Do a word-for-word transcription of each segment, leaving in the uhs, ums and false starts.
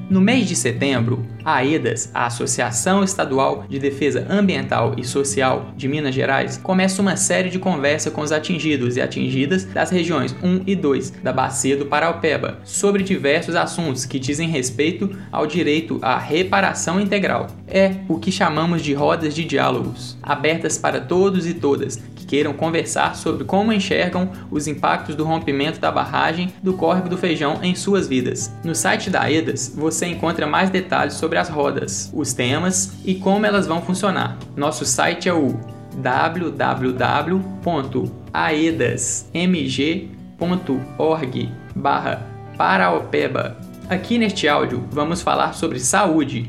No mês de setembro, a AEDAS, a Associação Estadual de Defesa Ambiental e Social de Minas Gerais, começa uma série de conversa com os atingidos e atingidas das regiões um e dois da Bacia do Paraopeba, sobre diversos assuntos que dizem respeito ao direito à reparação integral. É o que chamamos de rodas de diálogos, abertas para todos e todas que queiram conversar sobre como enxergam os impactos do rompimento da barragem do Córrego do Feijão em suas vidas. No site da AEDAS, você encontra mais detalhes sobre as rodas, os temas e como elas vão funcionar. Nosso site é o w w w ponto aedasmg ponto org barra Paraopeba. Aqui neste áudio vamos falar sobre saúde.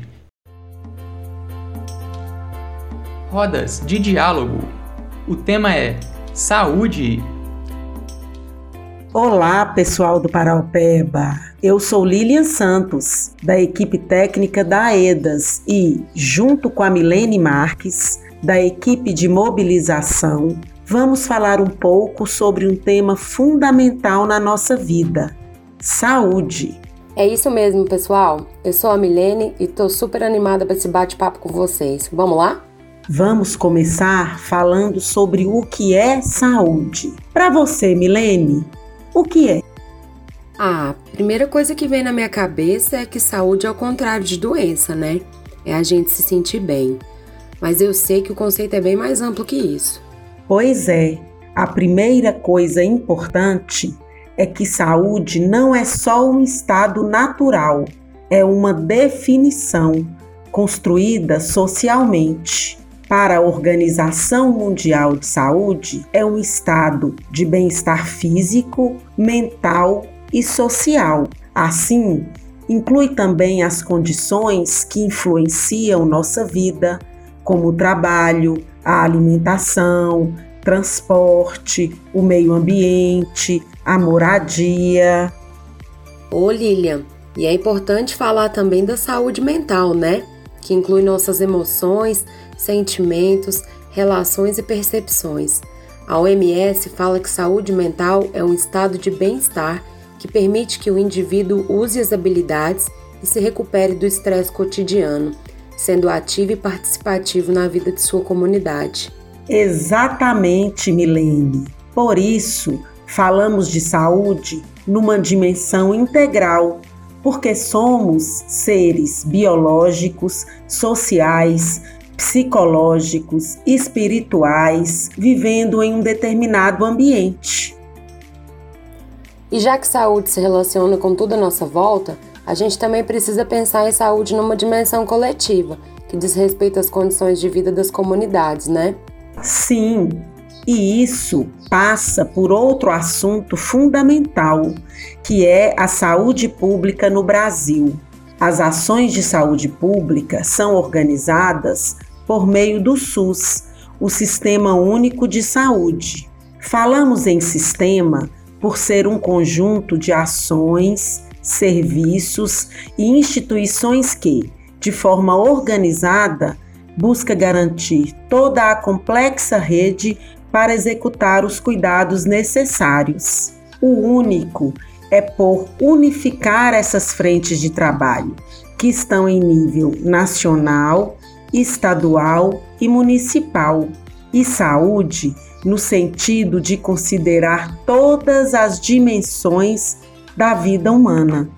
Rodas de diálogo. O tema é saúde. Olá, pessoal do Paraopeba. Eu sou Lilian Santos, da equipe técnica da AEDAS e, junto com a Milene Marques, da equipe de mobilização, vamos falar um pouco sobre um tema fundamental na nossa vida: saúde. É isso mesmo, pessoal. Eu sou a Milene e estou super animada para esse bate-papo com vocês. Vamos lá? Vamos começar falando sobre o que é saúde. Para você, Milene, o que é? Ah, a primeira coisa que vem na minha cabeça é que saúde é o contrário de doença, né? É a gente se sentir bem. Mas eu sei que o conceito é bem mais amplo que isso. Pois é, a primeira coisa importante é que saúde não é só um estado natural, é uma definição construída socialmente. Para a Organização Mundial de Saúde, é um estado de bem-estar físico, mental e social. Assim, inclui também as condições que influenciam nossa vida, como o trabalho, a alimentação, transporte, o meio ambiente, a moradia. Ô Lilian, e é importante falar também da saúde mental, né? Que inclui nossas emoções, sentimentos, relações e percepções. A O M S fala que saúde mental é um estado de bem-estar que permite que o indivíduo use as habilidades e se recupere do estresse cotidiano, sendo ativo e participativo na vida de sua comunidade. Exatamente, Milene. Por isso, falamos de saúde numa dimensão integral, porque somos seres biológicos, sociais, psicológicos, espirituais, vivendo em um determinado ambiente. E já que saúde se relaciona com tudo à nossa volta, a gente também precisa pensar em saúde numa dimensão coletiva, que diz respeito às condições de vida das comunidades, né? Sim, e isso passa por outro assunto fundamental, que é a saúde pública no Brasil. As ações de saúde pública são organizadas por meio do SUS, o Sistema Único de Saúde. Falamos em sistema por ser um conjunto de ações, serviços e instituições que, de forma organizada, busca garantir toda a complexa rede para executar os cuidados necessários. O único é por unificar essas frentes de trabalho, que estão em nível nacional, estadual e municipal, e saúde no sentido de considerar todas as dimensões da vida humana.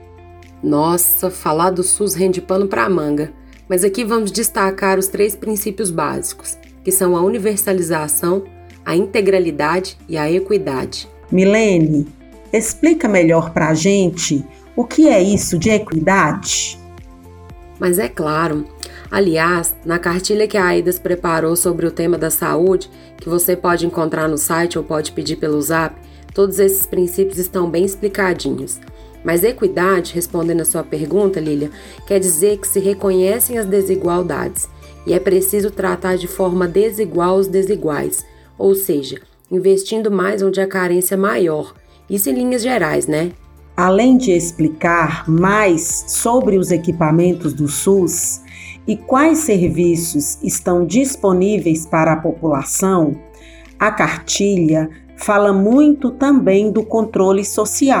Nossa, falar do SUS rende pano para manga, mas aqui vamos destacar os três princípios básicos, que são a universalização, a integralidade e a equidade. Milene, explica melhor para a gente o que é isso de equidade? Mas é claro. Aliás, na cartilha que a AEDAS preparou sobre o tema da saúde, que você pode encontrar no site ou pode pedir pelo Zap, todos esses princípios estão bem explicadinhos. Mas equidade, respondendo a sua pergunta, Lília, quer dizer que se reconhecem as desigualdades e é preciso tratar de forma desigual os desiguais, ou seja, investindo mais onde a carência é maior. Isso em linhas gerais, né? Além de explicar mais sobre os equipamentos do SUS e quais serviços estão disponíveis para a população, a cartilha fala muito também do controle social,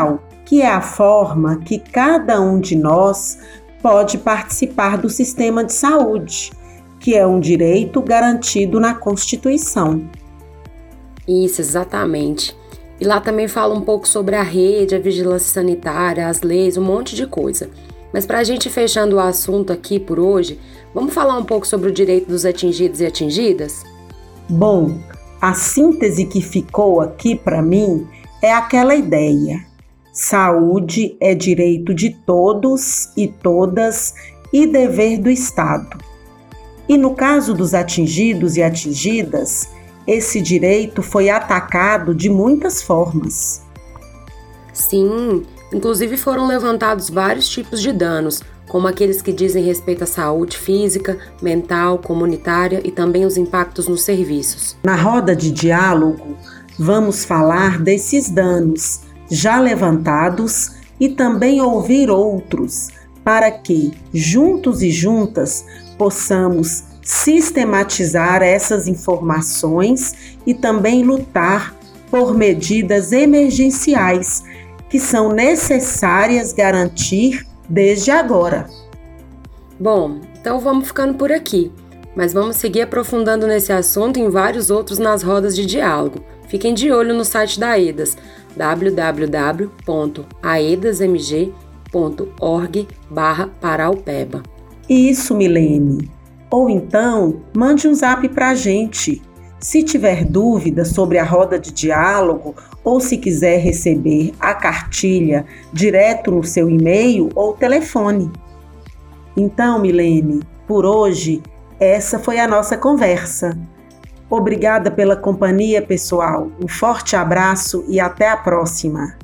que é a forma que cada um de nós pode participar do sistema de saúde, que é um direito garantido na Constituição. Isso, exatamente. E lá também fala um pouco sobre a rede, a vigilância sanitária, as leis, um monte de coisa. Mas para a gente ir fechando o assunto aqui por hoje, vamos falar um pouco sobre o direito dos atingidos e atingidas? Bom, a síntese que ficou aqui para mim é aquela ideia. Saúde é direito de todos e todas e dever do Estado. E no caso dos atingidos e atingidas, esse direito foi atacado de muitas formas. Sim, inclusive foram levantados vários tipos de danos, como aqueles que dizem respeito à saúde física, mental, comunitária e também os impactos nos serviços. Na roda de diálogo, vamos falar desses danos já levantados e também ouvir outros, para que, juntos e juntas, possamos sistematizar essas informações e também lutar por medidas emergenciais que são necessárias garantir desde agora. Bom, então vamos ficando por aqui, mas vamos seguir aprofundando nesse assunto e em vários outros nas rodas de diálogo. Fiquem de olho no site da AEDAS, w w w ponto aedasmg ponto org barra Paraupeba. Isso, Milene. Ou então, mande um zap para a gente. Se tiver dúvida sobre a roda de diálogo ou se quiser receber a cartilha direto no seu e-mail ou telefone. Então, Milene, por hoje, essa foi a nossa conversa. Obrigada pela companhia, pessoal. Um forte abraço e até a próxima.